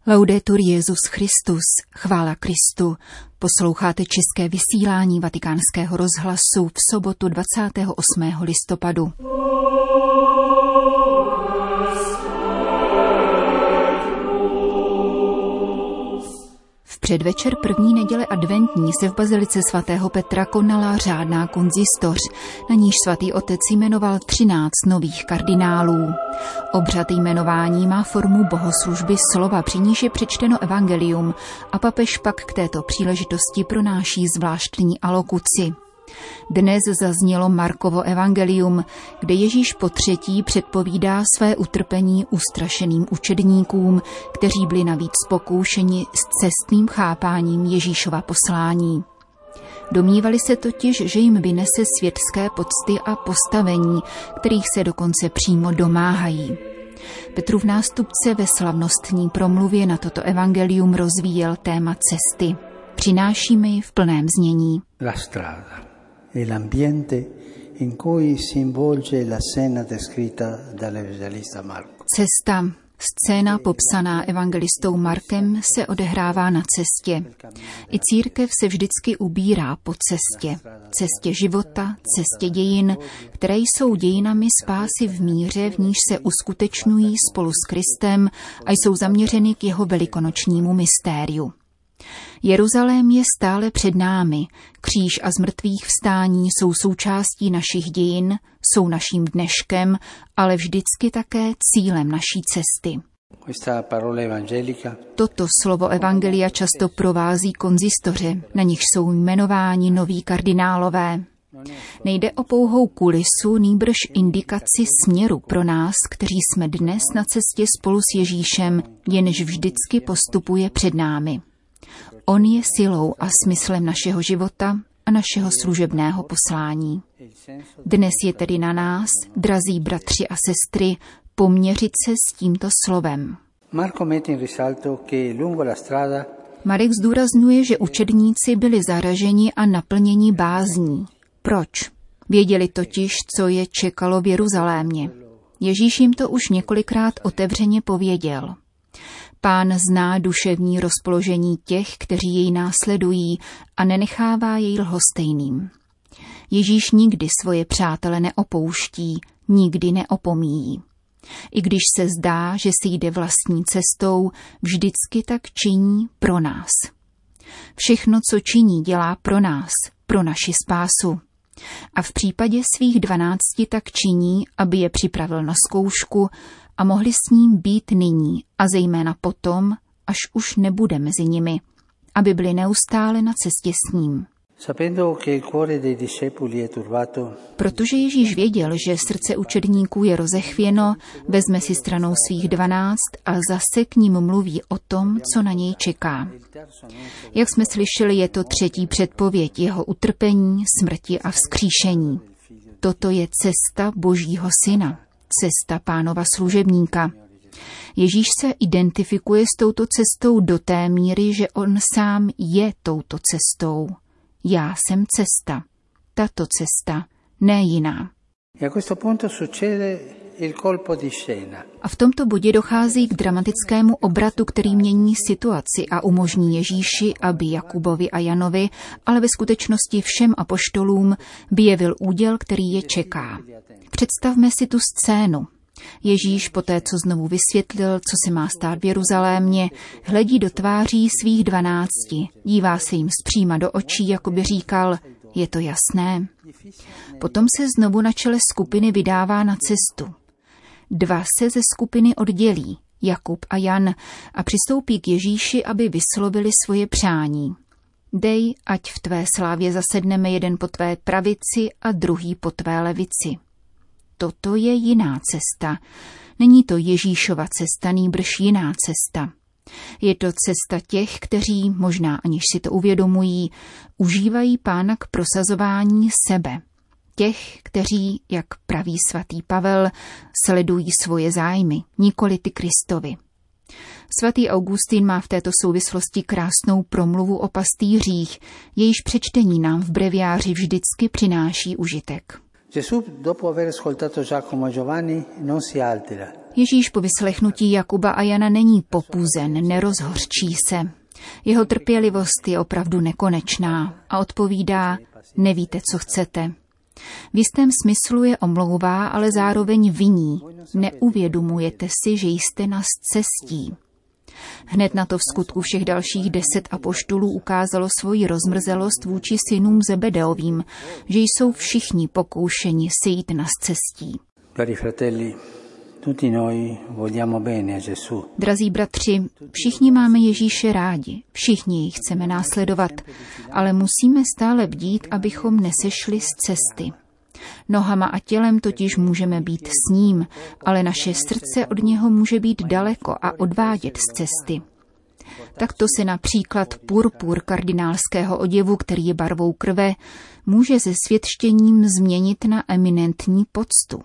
Laudetur Jesus Christus, chvála Kristu. Posloucháte české vysílání Vatikánského rozhlasu v sobotu 28. listopadu. V předvečer první neděle adventní se v bazilice svatého Petra konala řádná konzistoř, na níž svatý otec jmenoval 13 nových kardinálů. Obřad jmenování má formu bohoslužby slova, při níž je přečteno evangelium a papež pak k této příležitosti pronáší zvláštní alokuci. Dnes zaznělo Markovo evangelium, kde Ježíš potřetí předpovídá své utrpení ustrašeným učedníkům, kteří byli navíc pokoušeni s cestným chápáním Ježíšova poslání. Domnívali se totiž, že jim vynese světské pocty a postavení, kterých se dokonce přímo domáhají. Petrův nástupce ve slavnostní promluvě na toto evangelium rozvíjel téma cesty. Přinášíme ji v plném znění. La strada e l'ambiente in cui si involge la scena descritta dall'evangelista Marco. Cesta, scéna popsaná evangelistou Markem, se odehrává na cestě. I církev se vždycky ubírá po cestě. Cestě života, cestě dějin, které jsou dějinami spásy v míře, v níž se uskutečňují spolu s Kristem a jsou zaměřeny k jeho velikonočnímu mystériu. Jeruzalém je stále před námi, kříž a zmrtvých vstání jsou součástí našich dějin, jsou naším dneškem, ale vždycky také cílem naší cesty. Toto slovo evangelia často provází konzistoře, na nich jsou jmenováni noví kardinálové. Nejde o pouhou kulisu, nýbrž indikaci směru pro nás, kteří jsme dnes na cestě spolu s Ježíšem, jenž vždycky postupuje před námi. On je silou a smyslem našeho života a našeho služebného poslání. Dnes je tedy na nás, drazí bratři a sestry, poměřit se s tímto slovem. Marek zdůrazňuje, že učedníci byli zaraženi a naplněni bázní. Proč? Věděli totiž, co je čekalo v Jeruzalémě. Ježíš jim to už několikrát otevřeně pověděl. Pán zná duševní rozpoložení těch, kteří jej následují a nenechává jej lhostejným. Ježíš nikdy svoje přátele neopouští, nikdy neopomíjí. I když se zdá, že si jde vlastní cestou, vždycky tak činí pro nás. Všechno, co činí, dělá pro nás, pro naši spásu. A v případě svých 12 tak činí, aby je připravil na zkoušku a mohli s ním být nyní a zejména potom, až už nebude mezi nimi, aby byli neustále na cestě s ním. Protože Ježíš věděl, že srdce učedníků je rozechvěno, vezme si stranou svých 12 a zase k ním mluví o tom, co na něj čeká. Jak jsme slyšeli, je to třetí předpověď jeho utrpení, smrti a vzkříšení. Toto je cesta Božího syna, cesta Pánova služebníka. Ježíš se identifikuje s touto cestou do té míry, že on sám je touto cestou. Já jsem cesta. Tato cesta, ne jiná. A v tomto bodě dochází k dramatickému obratu, který mění situaci a umožní Ježíši, aby Jakubovi a Janovi, ale ve skutečnosti všem apoštolům, vyjevil úděl, který je čeká. Představme si tu scénu. Ježíš poté, co znovu vysvětlil, co se má stát v Jeruzalémě, hledí do tváří svých 12, dívá se jim zpříma do očí, jako by říkal, je to jasné. Potom se znovu na čele skupiny vydává na cestu. 2 se ze skupiny oddělí, Jakub a Jan, a přistoupí k Ježíši, aby vyslovili svoje přání. Dej, ať v tvé slávě zasedneme jeden po tvé pravici a druhý po tvé levici. Toto je jiná cesta. Není to Ježíšova cesta, nýbrž jiná cesta. Je to cesta těch, kteří, možná aniž si to uvědomují, užívají Pána k prosazování sebe. Těch, kteří, jak praví svatý Pavel, sledují svoje zájmy, nikoli ty Kristovi. Svatý Augustín má v této souvislosti krásnou promluvu o pastýřích, jejíž přečtení nám v breviáři vždycky přináší užitek. Ježíš po vyslechnutí Jakuba a Jana není popuzen, nerozhořčí se. Jeho trpělivost je opravdu nekonečná a odpovídá: nevíte, co chcete. V jistém smyslu je omlouvá, ale zároveň viní. Neuvědomujete si, že jste na scestí. Hned na to v skutku všech dalších 10 apoštolů ukázalo svoji rozmrzelost vůči synům Zebedeovým, že jsou všichni pokoušeni sejít na scestí. Drazí bratři, všichni máme Ježíše rádi, všichni ji chceme následovat, ale musíme stále bdít, abychom nesešli z cesty. Nohama a tělem totiž můžeme být s ním, ale naše srdce od něho může být daleko a odvádět z cesty. Takto se například purpur kardinálského oděvu, který je barvou krve, může se světštěním změnit na eminentní poctu.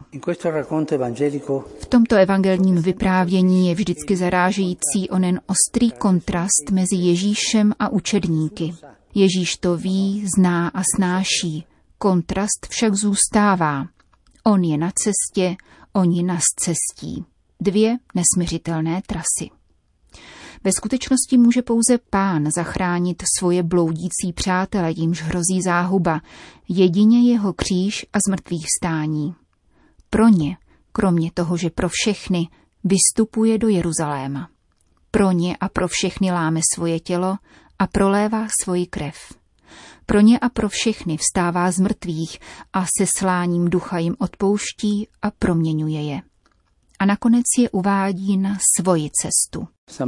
V tomto evangelním vyprávění je vždycky zarážející onen ostrý kontrast mezi Ježíšem a učedníky. Ježíš to ví, zná a snáší. Kontrast však zůstává. On je na cestě, oni na scestí. 2 nesmiřitelné trasy. Ve skutečnosti může pouze Pán zachránit svoje bloudící přátele, jimž hrozí záhuba, jedině jeho kříž a zmrtvých vstání. Pro ně, kromě toho, že pro všechny, vystupuje do Jeruzaléma. Pro ně a pro všechny láme svoje tělo a prolévá svoji krev. Pro ně a pro všechny vstává z mrtvých a se sláním ducha jim odpouští a proměňuje je. A nakonec je uvádí na svoji cestu.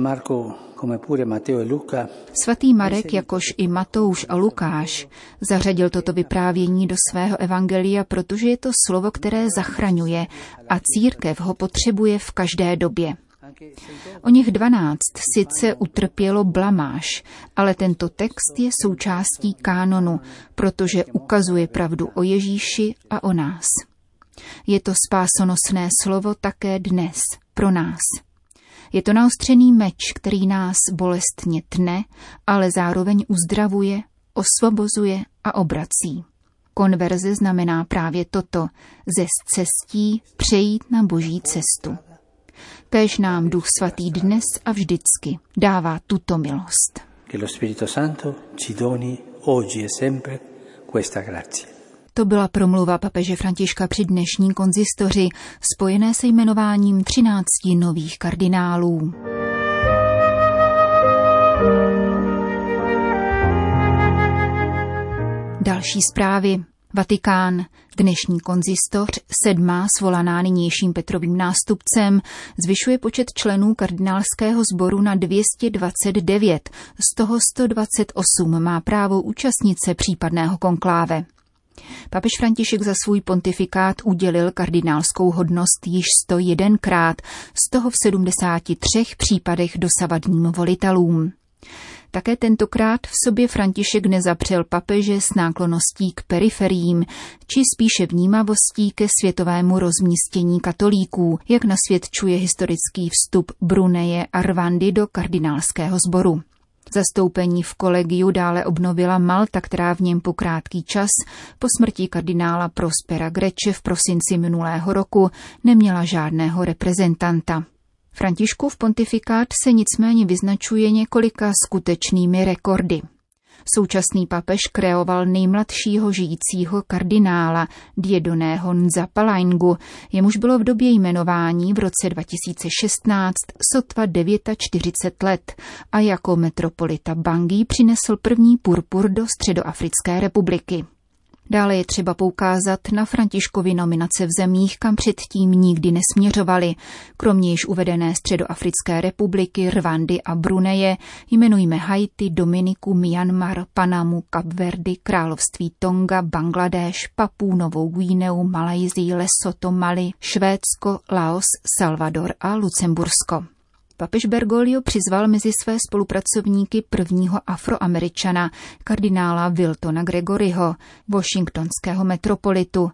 Svatý Marek, jakož i Matouš a Lukáš, zařadil toto vyprávění do svého evangelia, protože je to slovo, které zachraňuje a církev ho potřebuje v každé době. Oněch 12 sice utrpělo blamáž, ale tento text je součástí kánonu, protože ukazuje pravdu o Ježíši a o nás. Je to spásonosné slovo také dnes, pro nás. Je to naostřený meč, který nás bolestně tne, ale zároveň uzdravuje, osvobozuje a obrací. Konverze znamená právě toto, ze scestí přejít na Boží cestu. Kéž nám Duch Svatý dnes a vždycky dává tuto milost. To byla promluva papeže Františka při dnešní konzistoři, spojené se jmenováním 13 nových kardinálů. Další zprávy. Vatikán. Dnešní konzistoř, 7. svolaná nynějším Petrovým nástupcem, zvyšuje počet členů kardinálského sboru na 229, z toho 128 má právo účastnit se případného konkláve. Papež František za svůj pontifikát udělil kardinálskou hodnost již 101krát, z toho v 73 případech dosavadním volitelům. Také tentokrát v sobě František nezapřel papeže s náklonností k periferiím, či spíše vnímavostí ke světovému rozmístění katolíků, jak nasvědčuje historický vstup Bruneje a Rwandy do kardinálského sboru. Zastoupení v kolegiu dále obnovila Malta, která v něm po krátký čas po smrti kardinála Prospera Greče v prosinci minulého roku neměla žádného reprezentanta. Františkův pontifikát se nicméně vyznačuje několika skutečnými rekordy. Současný papež kreoval nejmladšího žijícího kardinála Diedoného Nzapalaingu, jemuž bylo v době jmenování v roce 2016 sotva 49 let a jako metropolita Bangui přinesl první purpur do Středoafrické republiky. Dále je třeba poukázat na Františkovy nominace v zemích, kam předtím nikdy nesměřovali. Kromě již uvedené Středoafrické republiky, Rwandy a Bruneje jmenujme Haiti, Dominiku, Myanmar, Panamu, Kapverdy, Království Tonga, Bangladéš, Papuu Novou Guineu, Malajsii, Lesotho, Mali, Švédsko, Laos, Salvador a Lucembursko. Papež Bergoglio přizval mezi své spolupracovníky prvního Afroameričana, kardinála Wiltona Gregoryho, washingtonského metropolitu,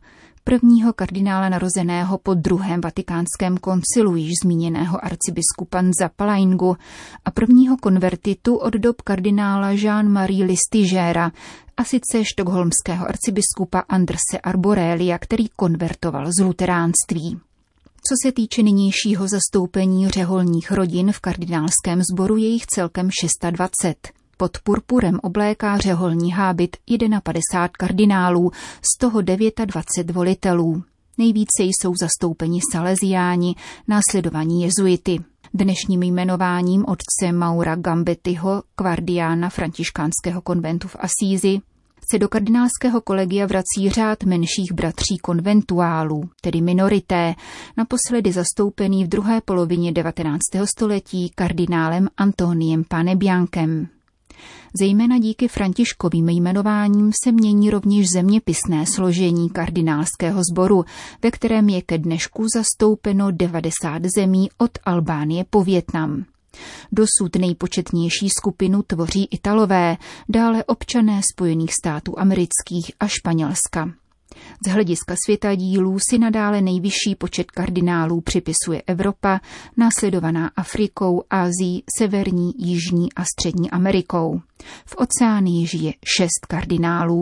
prvního kardinála narozeného po druhém vatikánském koncilu, již zmíněného arcibiskupa Nzapalaingu, a prvního konvertitu od dob kardinála Jean-Marie Listigera, a sice štokholmského arcibiskupa Anderse Arborelia, který konvertoval z luteránství. Co se týče nynějšího zastoupení řeholních rodin v kardinálském sboru, je jich celkem 620. Pod purpurem obléká řeholní hábit 51 kardinálů, z toho 29 volitelů. Nejvíce jsou zastoupeni Salesiáni, následovaní jezuity. Dnešním jmenováním otce Maura Gambettiho, kvardiána františkánského konventu v Asízi, se do kardinálského kolegia vrací řád menších bratří konventuálů, tedy minorité, naposledy zastoupený v druhé polovině 19. století kardinálem Antoniem Panebiankem. Zejména díky Františkovým jmenováním se mění rovněž zeměpisné složení kardinálského sboru, ve kterém je ke dnešku zastoupeno 90 zemí od Albánie po Vietnam. Dosud nejpočetnější skupinu tvoří Italové, dále občané Spojených států amerických a Španělska. Z hlediska světadílů si nadále nejvyšší počet kardinálů připisuje Evropa, následovaná Afrikou, Asií, Severní, Jižní a Střední Amerikou. V Oceánii žije 6 kardinálů.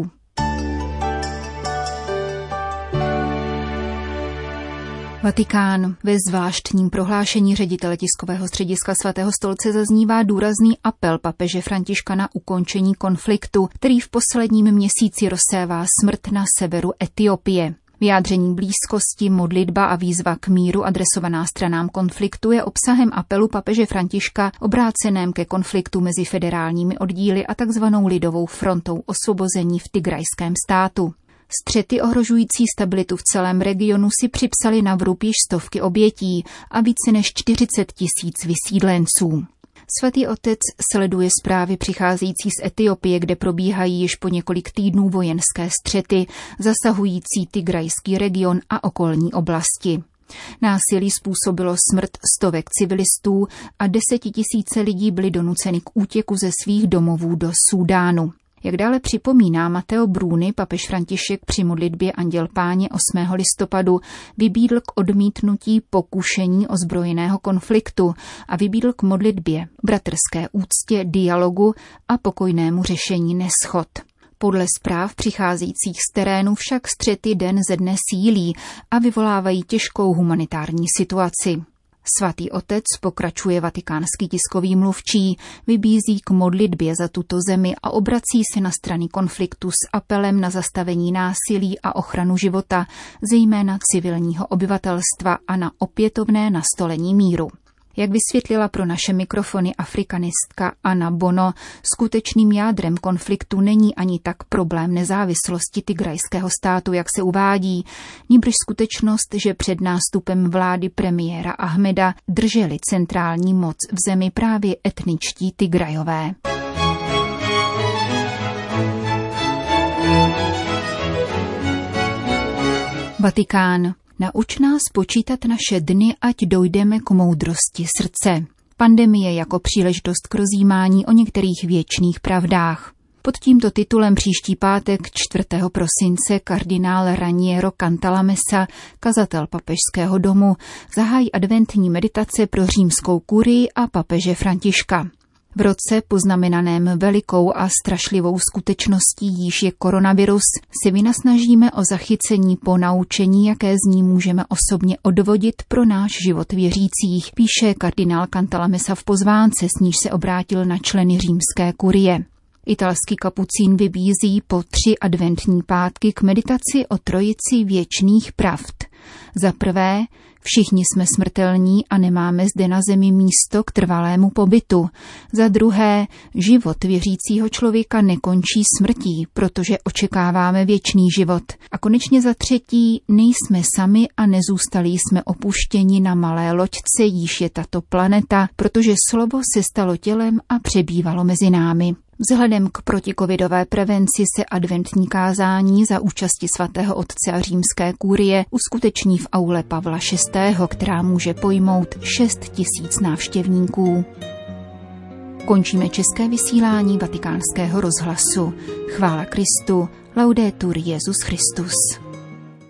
Vatikán. Ve zvláštním prohlášení ředitele tiskového střediska Svatého stolce zaznívá důrazný apel papeže Františka na ukončení konfliktu, který v posledním měsíci rozsévá smrt na severu Etiopie. Vyjádření blízkosti, modlitba a výzva k míru adresovaná stranám konfliktu je obsahem apelu papeže Františka obráceném ke konfliktu mezi federálními oddíly a takzvanou lidovou frontou osvobození v Tigrajském státu. Střety ohrožující stabilitu v celém regionu si připsali na vrub již stovky obětí a více než 40 000 vysídlenců. Svatý otec sleduje zprávy přicházející z Etiopie, kde probíhají již po několik týdnů vojenské střety, zasahující Tigrajský region a okolní oblasti. Násilí způsobilo smrt stovek civilistů a 10 000 lidí byli donuceni k útěku ze svých domovů do Súdánu. Jak dále připomíná Matteo Bruni, papež František při modlitbě Anděl Páně 8. listopadu vybídl k odmítnutí pokušení ozbrojeného konfliktu a vybídl k modlitbě, bratrské úctě, dialogu a pokojnému řešení neshod. Podle zpráv přicházejících z terénu však střety den ze dne sílí a vyvolávají těžkou humanitární situaci. Svatý otec, pokračuje vatikánský tiskový mluvčí, vybízí k modlitbě za tuto zemi a obrací se na strany konfliktu s apelem na zastavení násilí a ochranu života, zejména civilního obyvatelstva, a na opětovné nastolení míru. Jak vysvětlila pro naše mikrofony afrikanistka Anna Bono, skutečným jádrem konfliktu není ani tak problém nezávislosti tigrajského státu, jak se uvádí, nýbrž skutečnost, že před nástupem vlády premiéra Ahmeda drželi centrální moc v zemi právě etničtí Tigrajové. Vatikán. Nauč nás počítat naše dny, ať dojdeme k moudrosti srdce. Pandemie jako příležitost k rozjímání o některých věčných pravdách. Pod tímto titulem příští pátek 4. prosince kardinál Raniero Cantalamessa, kazatel Papežského domu, zahájí adventní meditace pro římskou kurii a papeže Františka. V roce poznamenaném velikou a strašlivou skutečností, jíž je koronavirus, se vynasnažíme o zachycení ponaučení, jaké z ní můžeme osobně odvodit pro náš život věřících, píše kardinál Cantalamessa v pozvánce, s níž se obrátil na členy římské kurie. Italský kapucín vybízí po 3 adventní pátky k meditaci o trojici věčných pravd. Za prvé, všichni jsme smrtelní a nemáme zde na zemi místo k trvalému pobytu. Za druhé, život věřícího člověka nekončí smrtí, protože očekáváme věčný život. A konečně za třetí, nejsme sami a nezůstali jsme opuštěni na malé loďce, jíž je tato planeta, protože slovo se stalo tělem a přebývalo mezi námi. Vzhledem k protikovidové prevenci se adventní kázání za účasti svatého otce a římské kurie uskuteční v aule Pavla VI., která může pojmout 6 000 návštěvníků. Končíme české vysílání Vatikánského rozhlasu. Chvála Kristu, laudetur Jesus Christus.